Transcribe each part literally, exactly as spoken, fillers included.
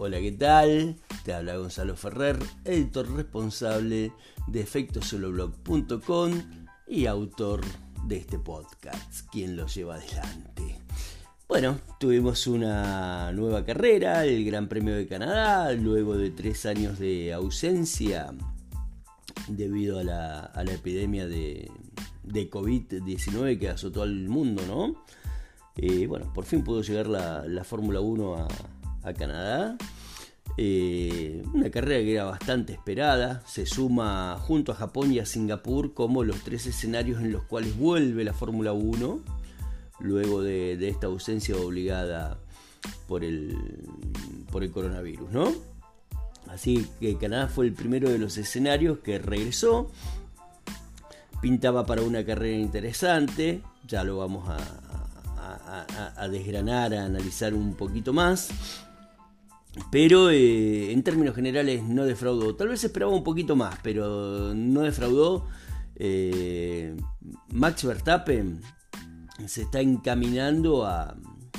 Hola, ¿qué tal? Te habla Gonzalo Ferrer, editor responsable de efectos solo blog punto com y autor de este podcast, quien lo lleva adelante. Bueno, tuvimos una nueva carrera, el Gran Premio de Canadá, luego de tres años de ausencia debido a la, a la epidemia de, de covid diecinueve que azotó al mundo, ¿no? Eh, bueno, por fin pudo llegar la, la Fórmula uno a, a Canadá. Eh, una carrera que era bastante esperada, se suma junto a Japón y a Singapur como los tres escenarios en los cuales vuelve la Fórmula uno luego de, de esta ausencia obligada por el, por el coronavirus, ¿no? Así que Canadá fue el primero de los escenarios que regresó. Pintaba para una carrera interesante, ya lo vamos a, a, a, a desgranar, a analizar un poquito más. Pero eh, en términos generales no defraudó. Tal vez esperaba un poquito más, pero no defraudó. Eh, Max Verstappen se está encaminando a,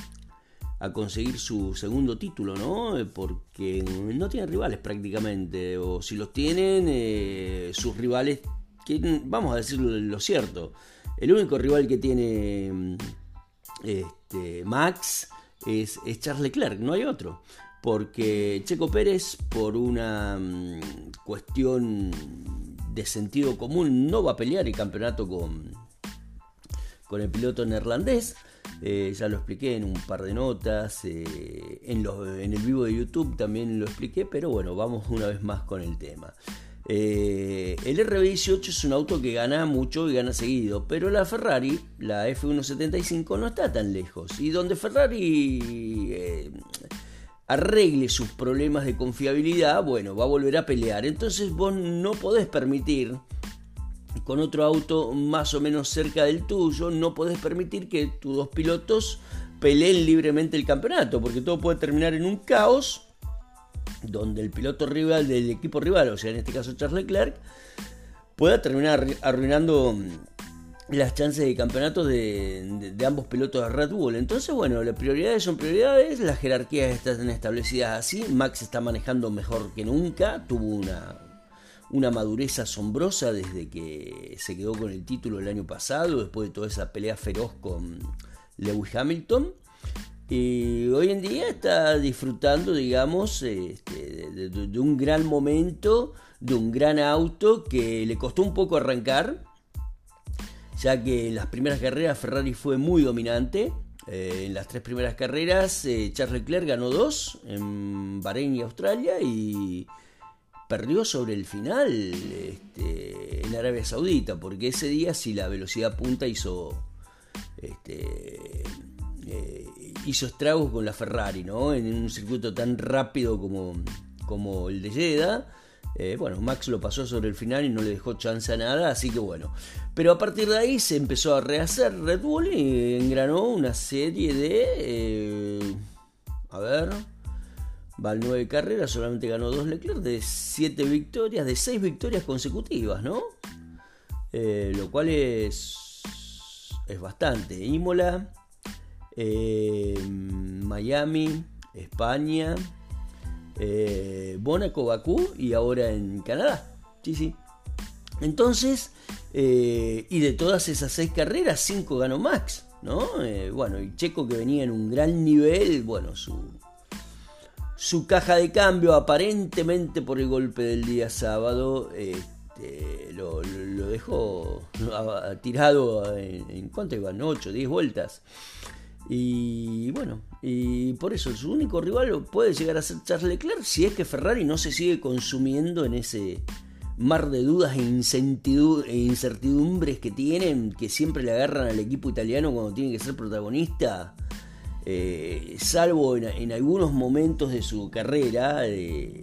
a conseguir su segundo título, ¿no? Porque no tiene rivales prácticamente, o si los tienen, eh, sus rivales, que, vamos a decir lo cierto, el único rival que tiene este, Max es, es Charles Leclerc, no hay otro. Porque Checo Pérez, por una um, cuestión de sentido común, no va a pelear el campeonato con, con el piloto neerlandés. Eh, ya lo expliqué en un par de notas, eh, en, los, en el vivo de YouTube también lo expliqué, pero bueno, vamos una vez más con el tema. Eh, el R B dieciocho es un auto que gana mucho y gana seguido, pero la Ferrari, la F ciento setenta y cinco, no está tan lejos. Y donde Ferrari... Eh, arregle sus problemas de confiabilidad, bueno, va a volver a pelear. Entonces vos no podés permitir, con otro auto más o menos cerca del tuyo, no podés permitir que tus dos pilotos peleen libremente el campeonato, porque todo puede terminar en un caos, donde el piloto rival del equipo rival, o sea, en este caso Charles Leclerc, pueda terminar arruinando las chances de campeonato de, de, de ambos pilotos de Red Bull. Entonces, bueno, las prioridades son prioridades, las jerarquías están establecidas así. Max está manejando mejor que nunca, tuvo una, una madurez asombrosa desde que se quedó con el título el año pasado, después de toda esa pelea feroz con Lewis Hamilton. Y hoy en día está disfrutando, digamos, este, de, de, de un gran momento, de un gran auto que le costó un poco arrancar, ya que en las primeras carreras Ferrari fue muy dominante. Eh, en las tres primeras carreras eh, Charles Leclerc ganó dos en Bahrein y Australia, y perdió sobre el final este, en Arabia Saudita, porque ese día sí la velocidad punta hizo este, eh, hizo estragos con la Ferrari, ¿no? En un circuito tan rápido como, como el de Jeddah. Eh, bueno, Max lo pasó sobre el final y no le dejó chance a nada, así que bueno. Pero a partir de ahí se empezó a rehacer Red Bull y engranó una serie de... Eh, a ver... Van nueve carreras, solamente ganó dos Leclerc, de siete victorias, de seis victorias consecutivas, ¿no? Eh, lo cual es... es bastante. Imola, eh, Miami, España... Eh, Mónaco, Bakú y ahora en Canadá. Sí, sí. Entonces, eh, y de todas esas seis carreras, cinco ganó Max, ¿no? Eh, bueno, y Checo, que venía en un gran nivel, bueno, su, su caja de cambio, aparentemente por el golpe del día sábado, este, lo, lo dejó tirado en, en ¿cuánto iban? ocho, diez vueltas. Y bueno, y por eso su único rival puede llegar a ser Charles Leclerc, si es que Ferrari no se sigue consumiendo en ese mar de dudas e incertidumbres que tienen, que siempre le agarran al equipo italiano cuando tiene que ser protagonista. Eh, salvo en, en algunos momentos de su carrera, eh,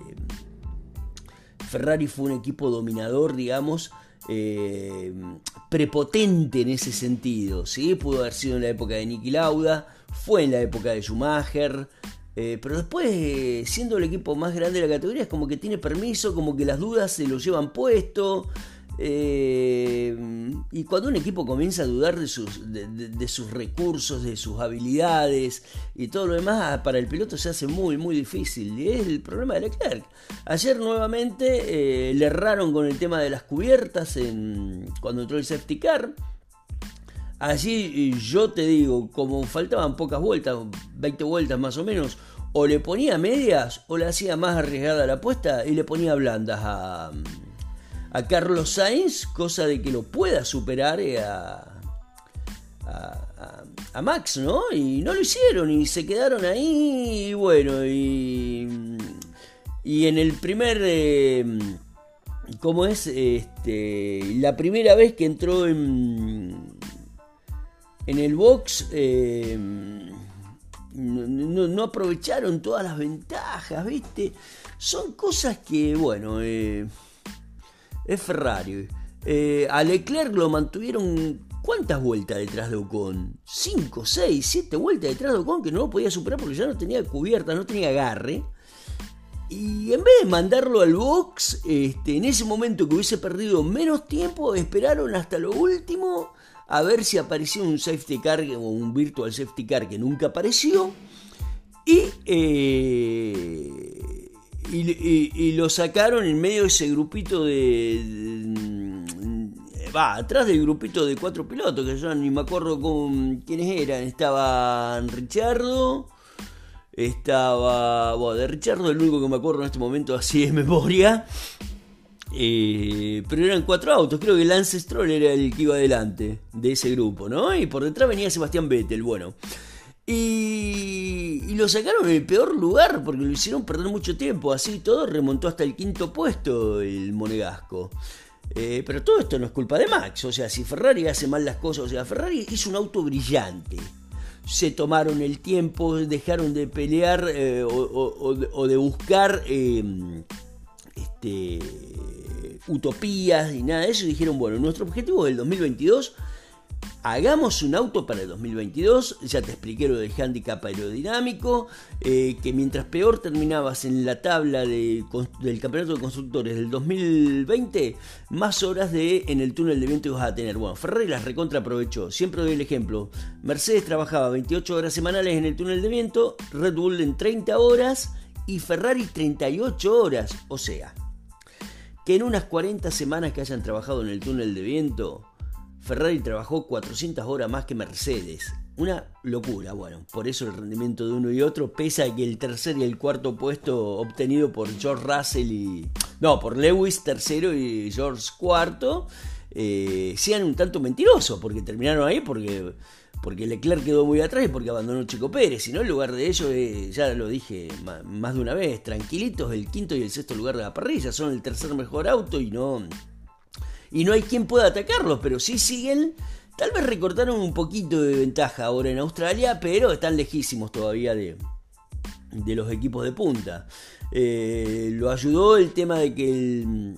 Ferrari fue un equipo dominador, digamos, Eh, prepotente en ese sentido, ¿sí? Pudo haber sido en la época de Niki Lauda, fue en la época de Schumacher, eh, pero después, eh, siendo el equipo más grande de la categoría, es como que tiene permiso, como que las dudas se lo llevan puesto, eh, y cuando un equipo comienza a dudar de sus, de, de, de sus recursos, de sus habilidades y todo lo demás, para el piloto se hace muy, muy difícil. Y es el problema de Leclerc. Ayer nuevamente eh, le erraron con el tema de las cubiertas en, cuando entró el safety car. Allí yo te digo, como faltaban pocas vueltas, veinte vueltas más o menos, o le ponía medias o le hacía más arriesgada la apuesta y le ponía blandas a... a Carlos Sainz, cosa de que lo pueda superar eh, a, a, a, a Max, ¿no? Y no lo hicieron y se quedaron ahí, y bueno, y, y en el primer, eh, ¿cómo es? Este, la primera vez que entró en, en el box, eh, no, no, no aprovecharon todas las ventajas, ¿viste? Son cosas que, bueno... Eh, Es Ferrari. Eh, a Leclerc lo mantuvieron ¿cuántas vueltas detrás de Ocon? cinco, seis, siete vueltas detrás de Ocon, que no lo podía superar porque ya no tenía cubierta, no tenía agarre. Y en vez de mandarlo al box, este, en ese momento que hubiese perdido menos tiempo, esperaron hasta lo último a ver si aparecía un safety car o un virtual safety car que nunca apareció. Y... Eh, Y, y, y lo sacaron en medio de ese grupito de, de... Va, atrás del grupito de cuatro pilotos, que yo ni me acuerdo con quiénes eran. Estaban Richardo, estaba... Bueno, de Richardo el único que me acuerdo en este momento así de memoria. Eh, pero eran cuatro autos, creo que Lance Stroll era el que iba adelante de ese grupo, ¿no? Y por detrás venía Sebastián Vettel, bueno... Y, y lo sacaron en el peor lugar porque lo hicieron perder mucho tiempo. Así todo remontó hasta el quinto puesto el monegasco. Eh, pero todo esto no es culpa de Max. O sea, si Ferrari hace mal las cosas, o sea, Ferrari hizo un auto brillante. Se tomaron el tiempo, dejaron de pelear eh, o, o, o de buscar eh, este, utopías y nada de eso. Y dijeron, bueno, nuestro objetivo del dos mil veintidós... hagamos un auto para el dos mil veintidós, ya te expliqué lo del handicap aerodinámico, eh, que mientras peor terminabas en la tabla de, del campeonato de constructores del dos mil veinte, más horas de, en el túnel de viento ibas a tener. Bueno, Ferrari las recontra aprovechó, siempre doy el ejemplo, Mercedes trabajaba veintiocho horas semanales en el túnel de viento, Red Bull en treinta horas y Ferrari treinta y ocho horas, o sea, que en unas cuarenta semanas que hayan trabajado en el túnel de viento, Ferrari trabajó cuatrocientas horas más que Mercedes. Una locura, bueno, por eso el rendimiento de uno y otro, pese a que el tercer y el cuarto puesto obtenido por George Russell y... No, por Lewis tercero y George cuarto, eh, sean un tanto mentirosos, porque terminaron ahí porque, porque Leclerc quedó muy atrás y porque abandonó Checo Pérez. Si no, en lugar de ellos, eh, ya lo dije más de una vez, tranquilitos, el quinto y el sexto lugar de la parrilla, son el tercer mejor auto y no... Y no hay quien pueda atacarlos, pero sí siguen. Tal vez recortaron un poquito de ventaja ahora en Australia, pero están lejísimos todavía de, de los equipos de punta. Eh, lo ayudó el tema de que el,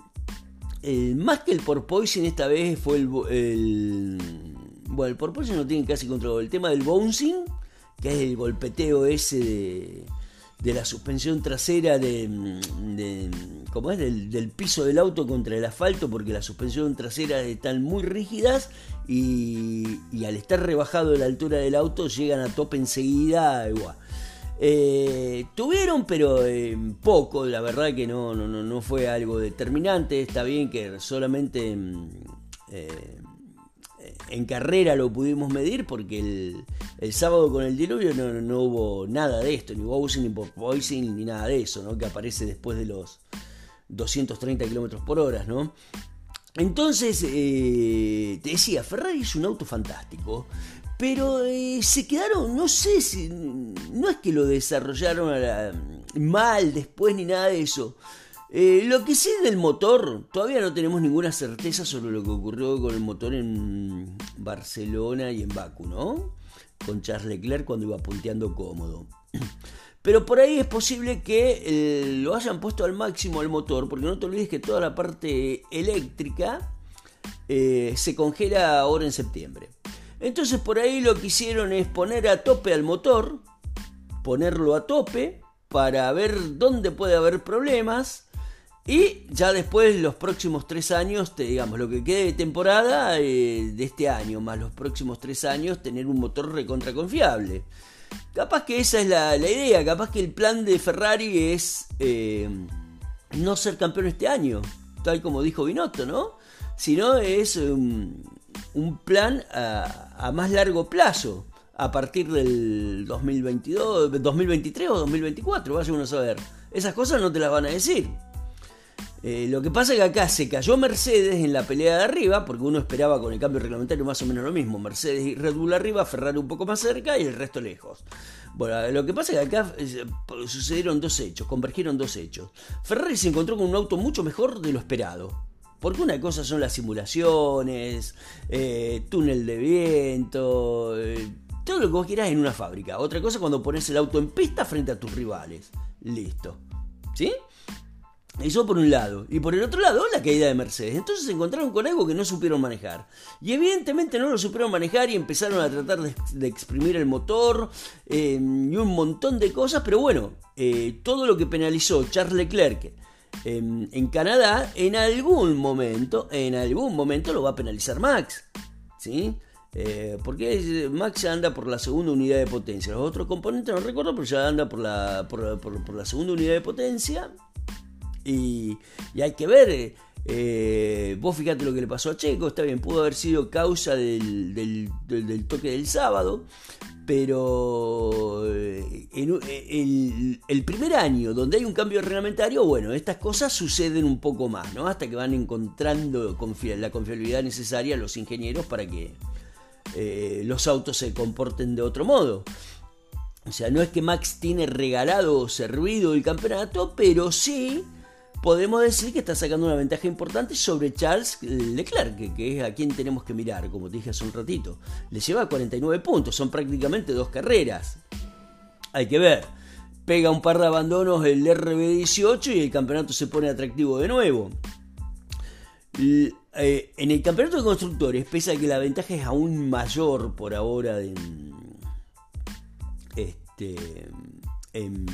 el más que el porpoising esta vez fue el, el bueno, el porpoising no tiene casi control. El tema del bouncing, que es el golpeteo ese de, de la suspensión trasera de, de ¿cómo es? Del, del piso del auto contra el asfalto, porque las suspensiones traseras están muy rígidas y, y al estar rebajado de la altura del auto llegan a tope enseguida. Igual. Eh, tuvieron, pero eh, poco, la verdad que no, no, no, no fue algo determinante. Está bien que solamente eh, en carrera lo pudimos medir, porque el, el sábado con el diluvio no, no hubo nada de esto, ni bouncing, ni porpoising, ni nada de eso, ¿no? Que aparece después de los doscientos treinta kilómetros por hora, ¿no? Entonces, eh, te decía, Ferrari es un auto fantástico, pero eh, se quedaron, no sé si, no es que lo desarrollaron a la, mal después ni nada de eso. Eh, lo que sé del motor, todavía no tenemos ninguna certeza sobre lo que ocurrió con el motor en Barcelona y en Bakú, ¿no? Con Charles Leclerc cuando iba punteando cómodo. Pero por ahí es posible que eh, lo hayan puesto al máximo al motor, porque no te olvides que toda la parte eléctrica eh, se congela ahora en septiembre. Entonces por ahí lo que hicieron es poner a tope al motor, ponerlo a tope para ver dónde puede haber problemas Y ya después, los próximos tres años, te, digamos, lo que quede de temporada eh, de este año, más los próximos tres años, tener un motor recontra confiable. Capaz que esa es la, la idea, capaz que el plan de Ferrari es eh, no ser campeón este año, tal como dijo Binotto, ¿no? Sino es un, un plan a, a más largo plazo, a partir del dos mil veintidós, dos mil veintitrés o dos mil veinticuatro, vaya uno a saber. Esas cosas no te las van a decir. Eh, lo que pasa es que acá se cayó Mercedes en la pelea de arriba, porque uno esperaba con el cambio reglamentario más o menos lo mismo, Mercedes y Red Bull arriba, Ferrari un poco más cerca y el resto lejos. Bueno, lo que pasa es que acá eh, sucedieron dos hechos, convergieron dos hechos. Ferrari se encontró con un auto mucho mejor de lo esperado, porque una cosa son las simulaciones, eh, túnel de viento, eh, todo lo que vos quieras en una fábrica. Otra cosa cuando pones el auto en pista frente a tus rivales. Listo. ¿Sí? Eso por un lado. Y por el otro lado, la caída de Mercedes. Entonces se encontraron con algo que no supieron manejar. Y evidentemente no lo supieron manejar y empezaron a tratar de, de exprimir el motor eh, y un montón de cosas. Pero bueno, eh, todo lo que penalizó Charles Leclerc eh, en Canadá, en algún momento, en algún momento lo va a penalizar Max. ¿Sí? Eh, porque Max ya anda por la segunda unidad de potencia. Los otros componentes no recuerdo, pero ya anda por la, por, por, por la segunda unidad de potencia. Y, y hay que ver, eh, vos fíjate lo que le pasó a Checo, está bien, pudo haber sido causa del, del, del, del toque del sábado, pero eh, en, el, el primer año donde hay un cambio reglamentario, bueno, estas cosas suceden un poco más, ¿no? Hasta que van encontrando confi- la confiabilidad necesaria los ingenieros para que eh, los autos se comporten de otro modo. O sea, no es que Max tiene regalado o servido el campeonato, pero sí podemos decir que está sacando una ventaja importante sobre Charles Leclerc, que, que es a quien tenemos que mirar, como te dije hace un ratito. Le lleva cuarenta y nueve puntos, son prácticamente dos carreras. Hay que ver, pega un par de abandonos el R B dieciocho y el campeonato se pone atractivo de nuevo. L- eh, en el campeonato de constructores, pese a que la ventaja es aún mayor por ahora de, este, en,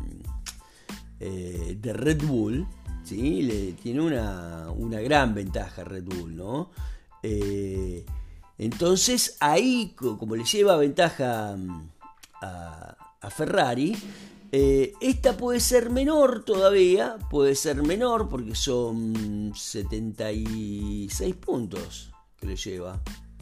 eh, de Red Bull, ¿sí? Le tiene una, una gran ventaja Red Bull, ¿no? Eh, entonces ahí, como le lleva ventaja a, a Ferrari, eh, esta puede ser menor todavía, puede ser menor porque son setenta y seis puntos que le lleva.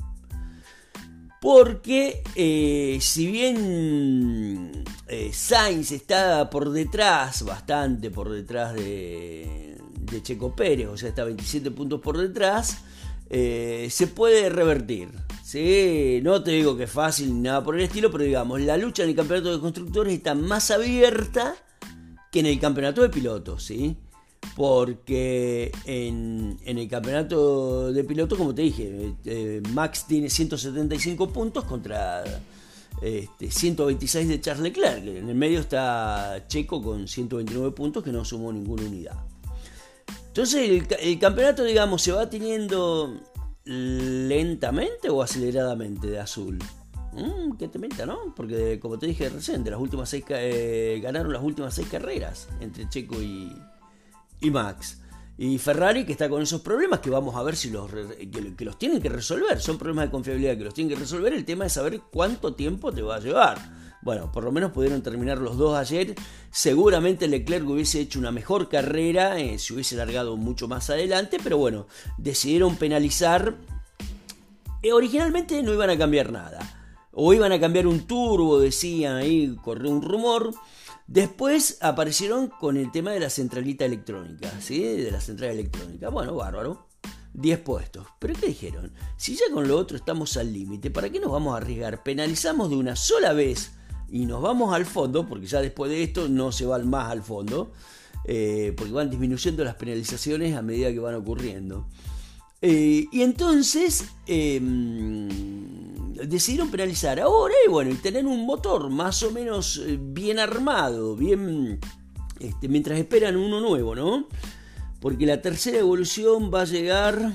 Porque eh, si bien eh, Sainz está por detrás, bastante por detrás de, de Checo Pérez, o sea, está veintisiete puntos por detrás, eh, se puede revertir. ¿Sí? No te digo que es fácil ni nada por el estilo, pero digamos, la lucha en el campeonato de constructores está más abierta que en el campeonato de pilotos, ¿sí? Porque en, en el campeonato de pilotos, como te dije, eh, Max tiene ciento setenta y cinco puntos contra este, ciento veintiséis de Charles Leclerc. En el medio está Checo con ciento veintinueve puntos, que no sumó ninguna unidad. Entonces el, el campeonato, digamos, se va teniendo lentamente o aceleradamente de azul. Mm, qué tementa, ¿no? Porque como te dije recién, de las últimas seis, eh, ganaron las últimas seis carreras entre Checo y y Max. Y Ferrari, que está con esos problemas que vamos a ver si los que, que los tienen que resolver. Son problemas de confiabilidad que los tienen que resolver. El tema es saber cuánto tiempo te va a llevar. Bueno, por lo menos pudieron terminar los dos ayer. Seguramente Leclerc hubiese hecho una mejor carrera eh, si hubiese largado mucho más adelante. Pero bueno, decidieron penalizar. Eh, originalmente no iban a cambiar nada. O iban a cambiar un turbo, decían ahí, corrió un rumor. Después aparecieron con el tema de la centralita electrónica, ¿sí? De la central electrónica. Bueno, bárbaro. diez puestos. ¿Pero qué dijeron? Si ya con lo otro estamos al límite, ¿para qué nos vamos a arriesgar? Penalizamos de una sola vez y nos vamos al fondo, porque ya después de esto no se van más al fondo, eh, porque van disminuyendo las penalizaciones a medida que van ocurriendo. Eh, y entonces eh, decidieron penalizar ahora y bueno, y tener un motor más o menos bien armado, bien, este, mientras esperan uno nuevo, ¿no? Porque la tercera evolución va a llegar,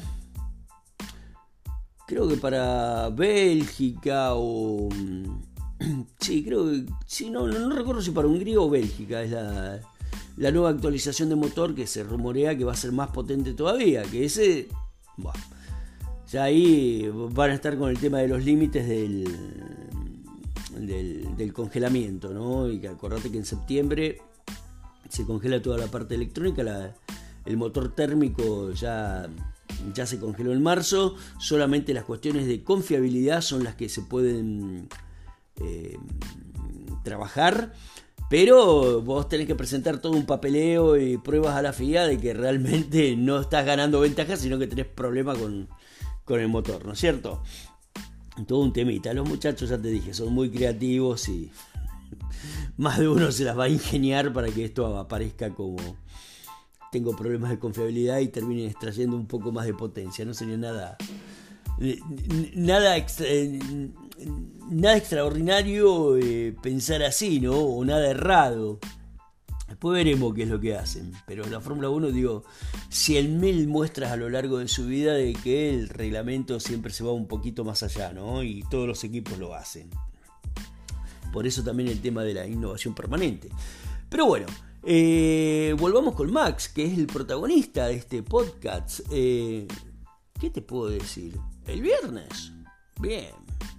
creo que para Bélgica o sí, creo que sí, no, no, no recuerdo si para Hungría o Bélgica es la. la nueva actualización de motor que se rumorea que va a ser más potente todavía, que ese, bueno, ya ahí van a estar con el tema de los límites del, del, del congelamiento, ¿no? Y que acordate que en septiembre se congela toda la parte electrónica, la, el motor térmico ya, ya se congeló en marzo, solamente las cuestiones de confiabilidad son las que se pueden eh, trabajar, pero vos tenés que presentar todo un papeleo y pruebas a la F I A de que realmente no estás ganando ventaja, sino que tenés problemas con, con el motor, ¿no es cierto? Todo un temita. Los muchachos, ya te dije, son muy creativos y más de uno se las va a ingeniar para que esto aparezca como tengo problemas de confiabilidad y terminen extrayendo un poco más de potencia. No sería nada nada extra, nada extraordinario eh, pensar así, ¿no? O nada errado. Después veremos qué es lo que hacen. Pero en la Fórmula uno, digo, cien mil muestras a lo largo de su vida de que el reglamento siempre se va un poquito más allá, ¿no? Y todos los equipos lo hacen. Por eso también el tema de la innovación permanente. Pero bueno, eh, volvamos con Max, que es el protagonista de este podcast. Eh, ¿Qué te puedo decir? El viernes, bien.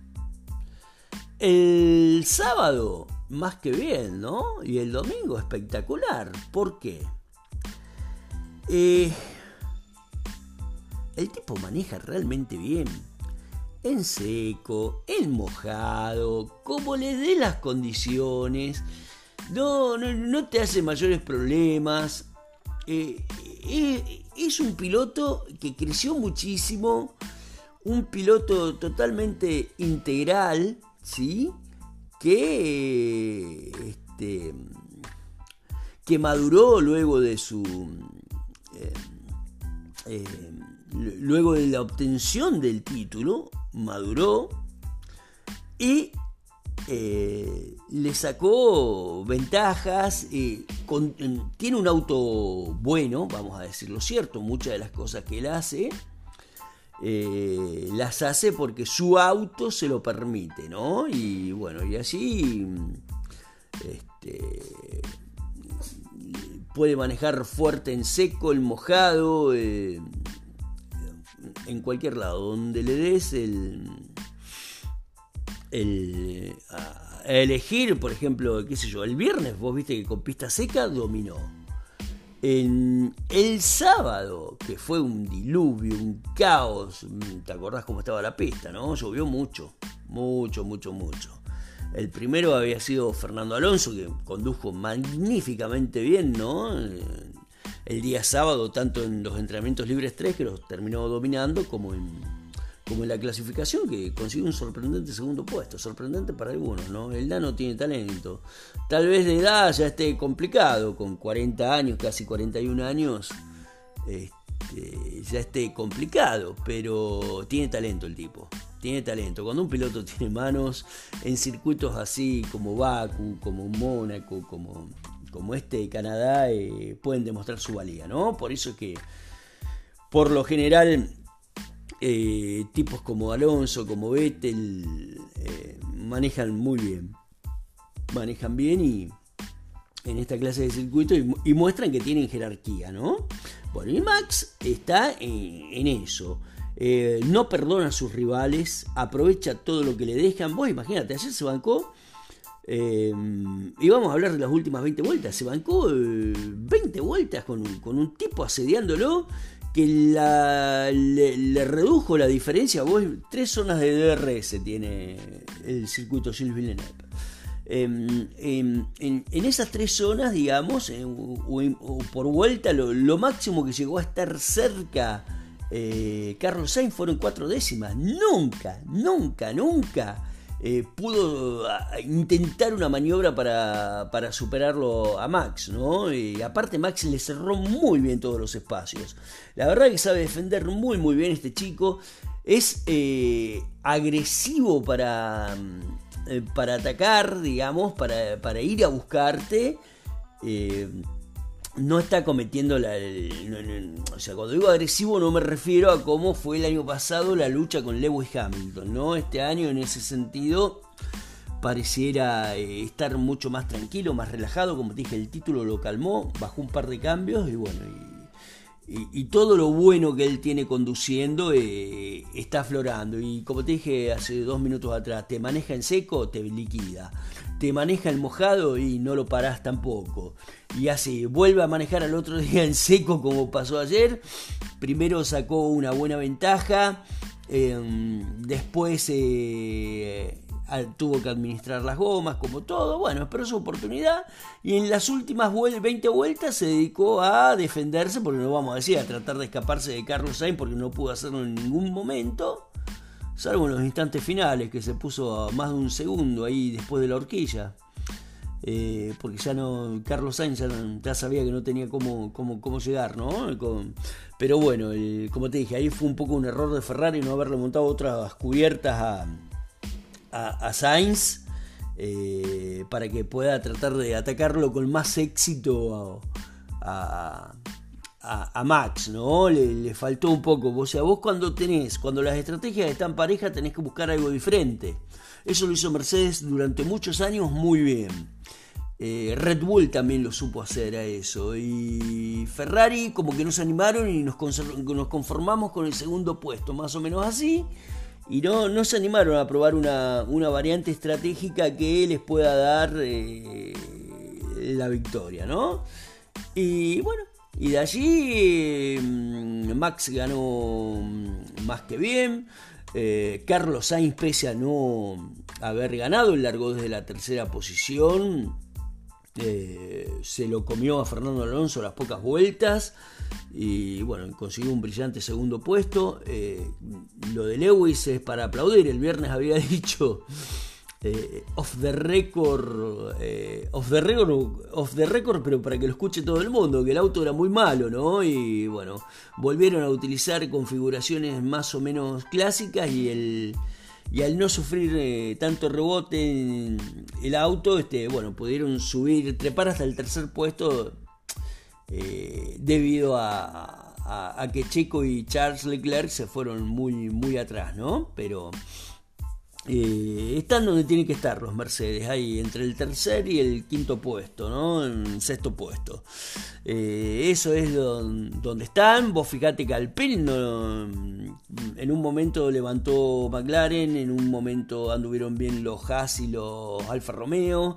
El sábado, más que bien, ¿no? Y el domingo, espectacular. ¿Por qué? Eh, el tipo maneja realmente bien. En seco, en mojado, como le dé las condiciones. No, no, no te hace mayores problemas. Eh, eh, es un piloto que creció muchísimo. Un piloto totalmente integral, ¿sí? Que, este, que maduró luego de su... Eh, eh, luego de la obtención del título, maduró y eh, le sacó ventajas, eh, con, eh, tiene un auto bueno, vamos a decirlo cierto, muchas de las cosas que él hace, eh, las hace porque su auto se lo permite, ¿no? Y bueno, y así este, puede manejar fuerte en seco, en mojado, eh, en cualquier lado, donde le des el, el a elegir, por ejemplo, qué sé yo, el viernes vos viste que con pista seca dominó. En el sábado, que fue un diluvio, un caos, ¿te acordás cómo estaba la pista, no? Llovió mucho, mucho, mucho, mucho. El primero había sido Fernando Alonso, que condujo magníficamente bien, ¿no? El día sábado, tanto en los entrenamientos libres tres, que los terminó dominando, como en, como en la clasificación, que consiguió un sorprendente segundo puesto. Sorprendente para algunos, ¿no? El Nano tiene talento. Tal vez de edad ya esté complicado, con cuarenta años, casi cuarenta y un años, este, ya esté complicado, pero tiene talento el tipo. Tiene talento. Cuando un piloto tiene manos en circuitos así como Baku, como Mónaco, como... como este de Canadá, eh, pueden demostrar su valía, ¿no? Por eso es que, por lo general, eh, tipos como Alonso, como Vettel, eh, manejan muy bien. Manejan bien y en esta clase de circuito y, y muestran que tienen jerarquía, ¿no? Bueno, y Max está en, en eso. Eh, no perdona a sus rivales, aprovecha todo lo que le dejan. Vos imagínate, ayer se bancó... Eh, y vamos a hablar de las últimas veinte vueltas. Se bancó eh, veinte vueltas con un, con un tipo asediándolo que la, le, le redujo la diferencia. Vos, tres zonas de D R S tiene el circuito Gilles Villeneuve. Eh, en, en, en esas tres zonas, digamos, eh, o, o por vuelta, lo, lo máximo que llegó a estar cerca eh, Carlos Sainz fueron cuatro décimas. Nunca, nunca, nunca. Eh, pudo uh, intentar una maniobra para, para superarlo a Max, ¿no? Y aparte Max le cerró muy bien todos los espacios. La verdad que sabe defender muy muy bien este chico. Es eh, agresivo para, eh, para atacar, digamos, para, para ir a buscarte. Eh, no está cometiendo la... El, no, no, o sea, cuando digo agresivo no me refiero a cómo fue el año pasado la lucha con Lewis Hamilton, ¿no? Este año en ese sentido pareciera eh, estar mucho más tranquilo, más relajado. Como te dije, el título lo calmó, bajó un par de cambios y bueno, y, y, y todo lo bueno que él tiene conduciendo eh, está aflorando. Y como te dije hace dos minutos atrás, te maneja en seco, te liquida. Te maneja en mojado y no lo parás tampoco. Y así, vuelve a manejar al otro día en seco como pasó ayer. Primero sacó una buena ventaja, eh, después eh, tuvo que administrar las gomas como todo. Bueno, esperó su oportunidad y en las últimas veinte vueltas se dedicó a defenderse, porque no vamos a decir, a tratar de escaparse de Carlos Sainz, porque no pudo hacerlo en ningún momento. Salvo en los instantes finales, que se puso a más de un segundo ahí después de la horquilla. Eh, porque ya no, Carlos Sainz ya, ya sabía que no tenía cómo, cómo, cómo llegar, ¿no? Con, pero bueno, el, como te dije, ahí fue un poco un error de Ferrari no haberle montado otras cubiertas a, a, a Sainz eh, para que pueda tratar de atacarlo con más éxito a, a A, a Max, ¿no? Le, le faltó un poco. O sea, vos cuando tenés, cuando las estrategias están parejas, tenés que buscar algo diferente. Eso lo hizo Mercedes durante muchos años muy bien. Eh, Red Bull también lo supo hacer a eso. Y Ferrari como que nos animaron y nos, nos conformamos con el segundo puesto, más o menos así. Y no, no se animaron a probar una, una variante estratégica que les pueda dar eh, la victoria, ¿no? Y bueno, y de allí Max ganó más que bien. eh, Carlos Sainz, pese a no haber ganado, largó desde la tercera posición. eh, se lo comió a Fernando Alonso a las pocas vueltas y bueno, consiguió un brillante segundo puesto. eh, lo de Lewis es para aplaudir. El viernes había dicho Eh, off the record, eh, off the record, off the record, pero para que lo escuche todo el mundo, que el auto era muy malo, ¿no? Y bueno, volvieron a utilizar configuraciones más o menos clásicas y el y al no sufrir eh, tanto rebote en el auto, este, bueno, pudieron subir, trepar hasta el tercer puesto eh, debido a, a, a que Checo y Charles Leclerc se fueron muy, muy atrás, ¿no? Pero Eh, están donde tienen que estar los Mercedes, ahí entre el tercer y el quinto puesto, ¿no? En sexto puesto. Eh, eso es don, donde están. Vos fijate que Alpine no, en un momento levantó McLaren, en un momento anduvieron bien los Haas y los Alfa Romeo,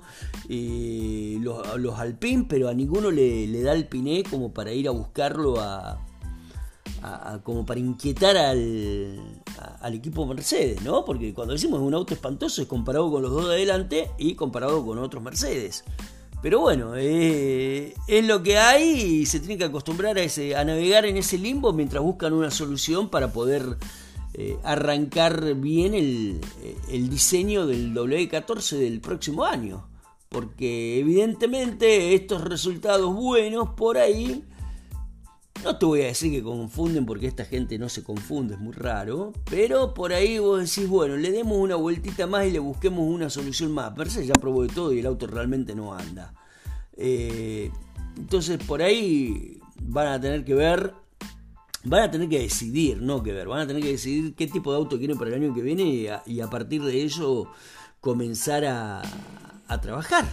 y los, los Alpine, pero a ninguno le, le da el piné como para ir a buscarlo a... A, a, como para inquietar al, a, al equipo Mercedes, ¿no? Porque cuando decimos un auto espantoso es comparado con los dos de adelante y comparado con otros Mercedes. Pero bueno, eh, es lo que hay y se tienen que acostumbrar a, ese, a navegar en ese limbo mientras buscan una solución para poder eh, arrancar bien el, el diseño del doble catorce del próximo año. Porque evidentemente estos resultados buenos por ahí, no te voy a decir que confunden, porque esta gente no se confunde, es muy raro, pero por ahí vos decís, bueno, le demos una vueltita más y le busquemos una solución más. Mercedes ya probó de todo y el auto realmente no anda. Eh, entonces por ahí van a tener que ver, van a tener que decidir, no que ver, van a tener que decidir qué tipo de auto quieren para el año que viene y a, y a partir de eso comenzar a, a trabajar.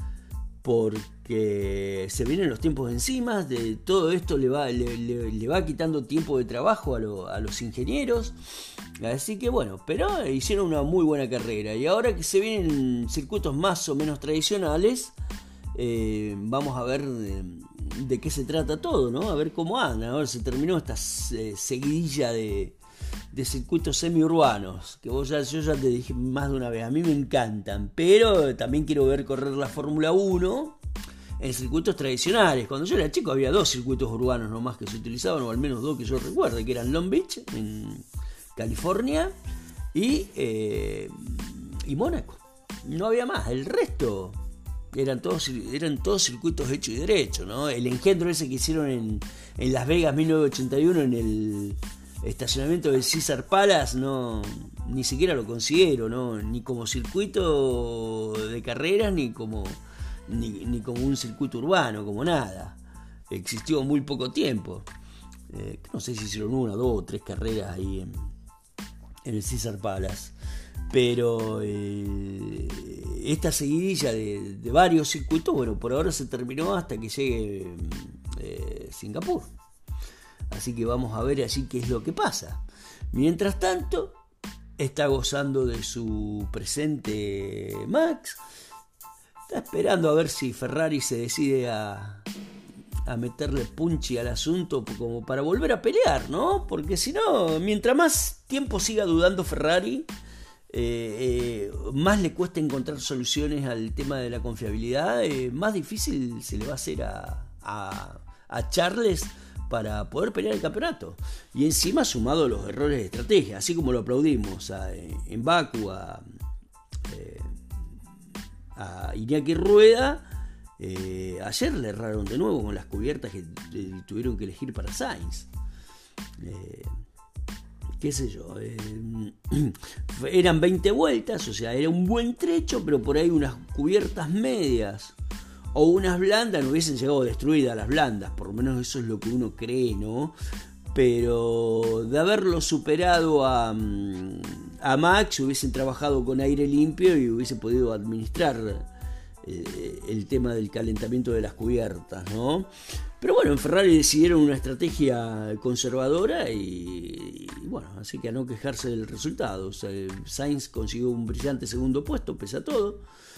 Porque se vienen los tiempos encima, de todo esto le va, le, le, le va quitando tiempo de trabajo a, lo, a los ingenieros, así que bueno, pero hicieron una muy buena carrera y ahora que se vienen circuitos más o menos tradicionales, eh, vamos a ver de, de qué se trata todo, ¿no? A ver cómo anda. Ahora se terminó esta eh, seguidilla de de circuitos semiurbanos, que vos ya, yo ya te dije más de una vez, a mí me encantan, pero también quiero ver correr la Fórmula uno en circuitos tradicionales. Cuando yo era chico había dos circuitos urbanos nomás que se utilizaban, o al menos dos que yo recuerde, que eran Long Beach en California y, eh, y Mónaco. No había más, el resto eran todos, eran todos circuitos hechos y derechos, ¿no? El engendro ese que hicieron en, en Las Vegas mil novecientos ochenta y uno en el estacionamiento del Caesar Palace, no, ni siquiera lo considero, ¿no? Ni como circuito de carreras, ni como, ni, ni como un circuito urbano, como nada. Existió muy poco tiempo. Eh, no sé si hicieron una, dos o tres carreras ahí en, en el Caesar Palace. Pero eh, esta seguidilla de, de varios circuitos, bueno, por ahora se terminó hasta que llegue eh, Singapur. Así que vamos a ver allí qué es lo que pasa. Mientras tanto, está gozando de su presente Max. Está esperando a ver si Ferrari se decide a, a meterle punchi al asunto como para volver a pelear, ¿no? Porque si no, mientras más tiempo siga dudando Ferrari, eh, eh, más le cuesta encontrar soluciones al tema de la confiabilidad, eh, más difícil se le va a hacer a, a, a Charles para poder pelear el campeonato. Y encima sumado los errores de estrategia, así como lo aplaudimos a, en Baku a, eh, a Iñaki Rueda, eh, ayer le erraron de nuevo con las cubiertas que eh, tuvieron que elegir para Sainz. Eh, qué sé yo, eh, eran veinte vueltas, o sea, era un buen trecho, pero por ahí unas cubiertas medias o unas blandas no hubiesen llegado destruidas las blandas, por lo menos eso es lo que uno cree, ¿no? Pero de haberlo superado a, a Max, hubiesen trabajado con aire limpio y hubiesen podido administrar eh, el tema del calentamiento de las cubiertas, ¿no? Pero bueno, en Ferrari decidieron una estrategia conservadora y, y bueno, así que a no quejarse del resultado. O sea, Sainz consiguió un brillante segundo puesto, pese a todo.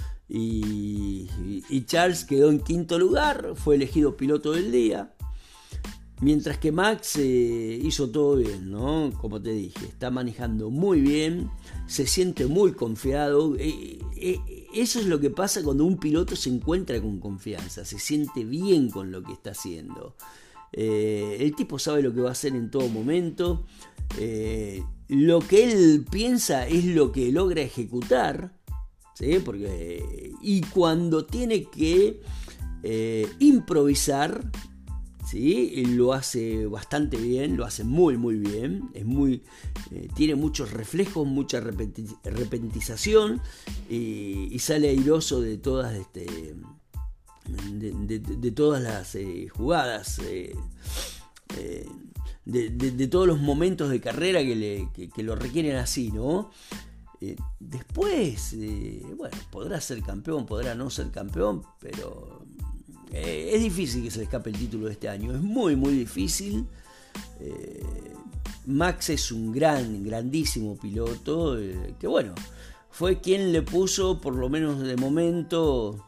Y, y, y Charles quedó en quinto lugar, fue elegido piloto del día. Mientras que Max eh, hizo todo bien, ¿no? Como te dije, está manejando muy bien, se siente muy confiado. Eh, eh, eso es lo que pasa cuando un piloto se encuentra con confianza, se siente bien con lo que está haciendo. Eh, el tipo sabe lo que va a hacer en todo momento. Eh, lo que él piensa es lo que logra ejecutar, ¿sí? Porque, y cuando tiene que eh, improvisar, ¿sí? Lo hace bastante bien, lo hace muy muy bien, es muy, eh, tiene muchos reflejos, mucha repeti- repentización y, y sale airoso de todas este, de, de, de todas las eh, jugadas, eh, eh, de, de, de todos los momentos de carrera que, le, que, que lo requieren así, ¿no? Eh, después, eh, bueno, podrá ser campeón, podrá no ser campeón, pero Eh, es difícil que se le escape el título de este año, es muy muy difícil. eh, Max es un gran, grandísimo piloto, eh, que bueno, fue quien le puso, por lo menos de momento,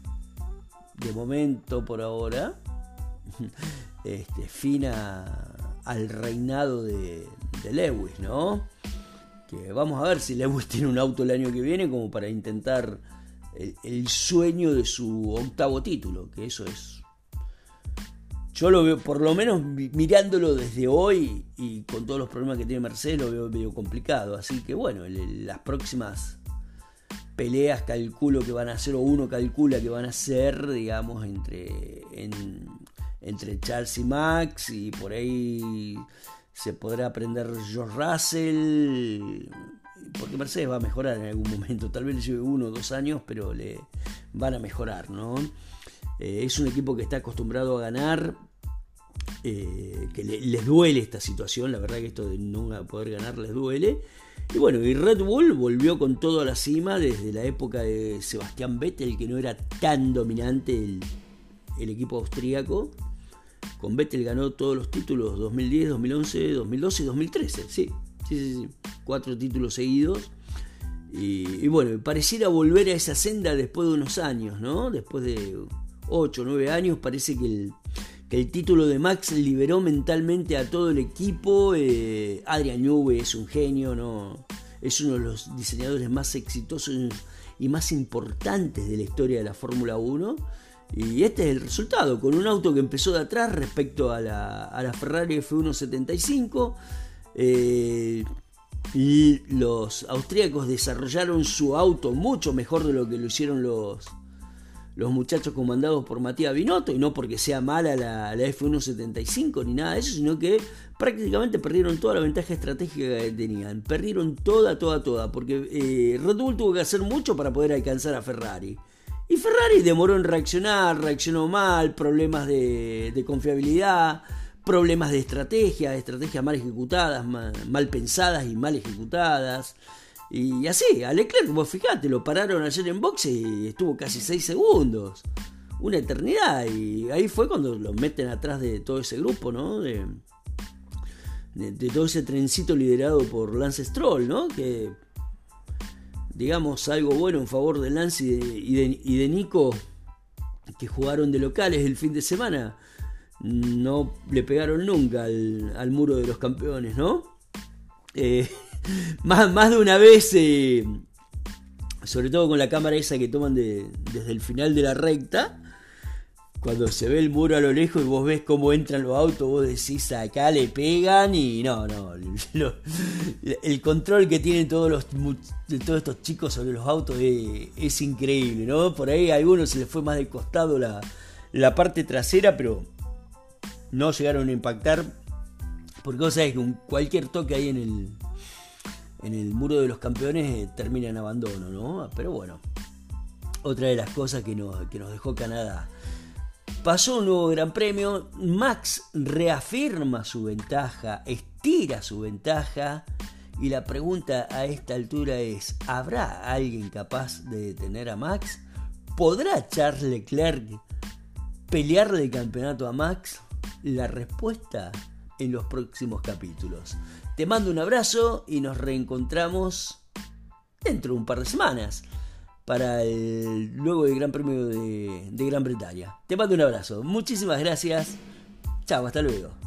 de momento por ahora, este, fin a, al reinado de, de Lewis, ¿no? Que vamos a ver si Lewis tiene un auto el año que viene como para intentar El, el sueño de su octavo título, que eso es, yo lo veo, por lo menos mirándolo desde hoy y con todos los problemas que tiene Mercedes, lo veo medio complicado. Así que bueno, el, las próximas peleas calculo que van a ser, o uno calcula que van a ser, digamos, entre, en, entre Charles y Max, y por ahí se podrá aprender George Russell, porque Mercedes va a mejorar en algún momento, tal vez le lleve uno o dos años, pero le van a mejorar, ¿no? Eh, es un equipo que está acostumbrado a ganar, eh, que le, les duele esta situación, la verdad que esto de no poder ganar les duele. Y bueno, y Red Bull volvió con todo a la cima desde la época de Sebastián Vettel, que no era tan dominante el, el equipo austríaco. Con Vettel ganó todos los títulos dos mil diez, dos mil once, dos mil doce y dos mil trece, sí. Sí, sí, sí, cuatro títulos seguidos. Y, y bueno, pareciera volver a esa senda después de unos años, ¿no? Después de ocho o nueve años, parece que el, que el título de Max liberó mentalmente a todo el equipo. Eh, Adrian Newey es un genio, ¿no? Es uno de los diseñadores más exitosos y más importantes de la historia de la Fórmula uno. Y este es el resultado, con un auto que empezó de atrás respecto a la, a la Ferrari F uno setenta y cinco. Eh, y los austríacos desarrollaron su auto mucho mejor de lo que lo hicieron los, los muchachos comandados por Matías Binotto, y no porque sea mala la, la F uno setenta y cinco ni nada de eso, sino que prácticamente perdieron toda la ventaja estratégica que tenían, perdieron toda, toda, toda, porque eh, Red Bull tuvo que hacer mucho para poder alcanzar a Ferrari. Y Ferrari demoró en reaccionar, reaccionó mal, problemas de, de confiabilidad, problemas de estrategia, estrategias mal ejecutadas, mal, mal pensadas y mal ejecutadas. Y así, a Leclerc, vos fijate, lo pararon ayer en boxe y estuvo casi seis segundos. Una eternidad. Y ahí fue cuando lo meten atrás de todo ese grupo, ¿no? De, de, de todo ese trencito liderado por Lance Stroll, ¿no? Que, digamos, algo bueno en favor de Lance y de, y de, y de Nico, que jugaron de locales el fin de semana. No le pegaron nunca al, al muro de los campeones, ¿no? Eh... Más, más de una vez, eh, sobre todo con la cámara esa que toman de, desde el final de la recta, cuando se ve el muro a lo lejos y vos ves cómo entran los autos, vos decís acá le pegan y no, no, lo, el control que tienen todos los de todos estos chicos sobre los autos es, es increíble, ¿no? Por ahí a algunos se les fue más de costado la, la parte trasera, pero no llegaron a impactar, porque vos sabés que un, cualquier toque ahí en el en el muro de los campeones eh, termina en abandono, ¿no? Pero bueno, otra de las cosas que nos, que nos dejó Canadá. Pasó un nuevo Gran Premio, Max reafirma su ventaja, estira su ventaja, y la pregunta a esta altura es, ¿habrá alguien capaz de detener a Max? ¿Podrá Charles Leclerc pelearle el campeonato a Max? La respuesta en los próximos capítulos. Te mando un abrazo y nos reencontramos dentro de un par de semanas para el luego del Gran Premio de, de Gran Bretaña. Te mando un abrazo. Muchísimas gracias. Chao, hasta luego.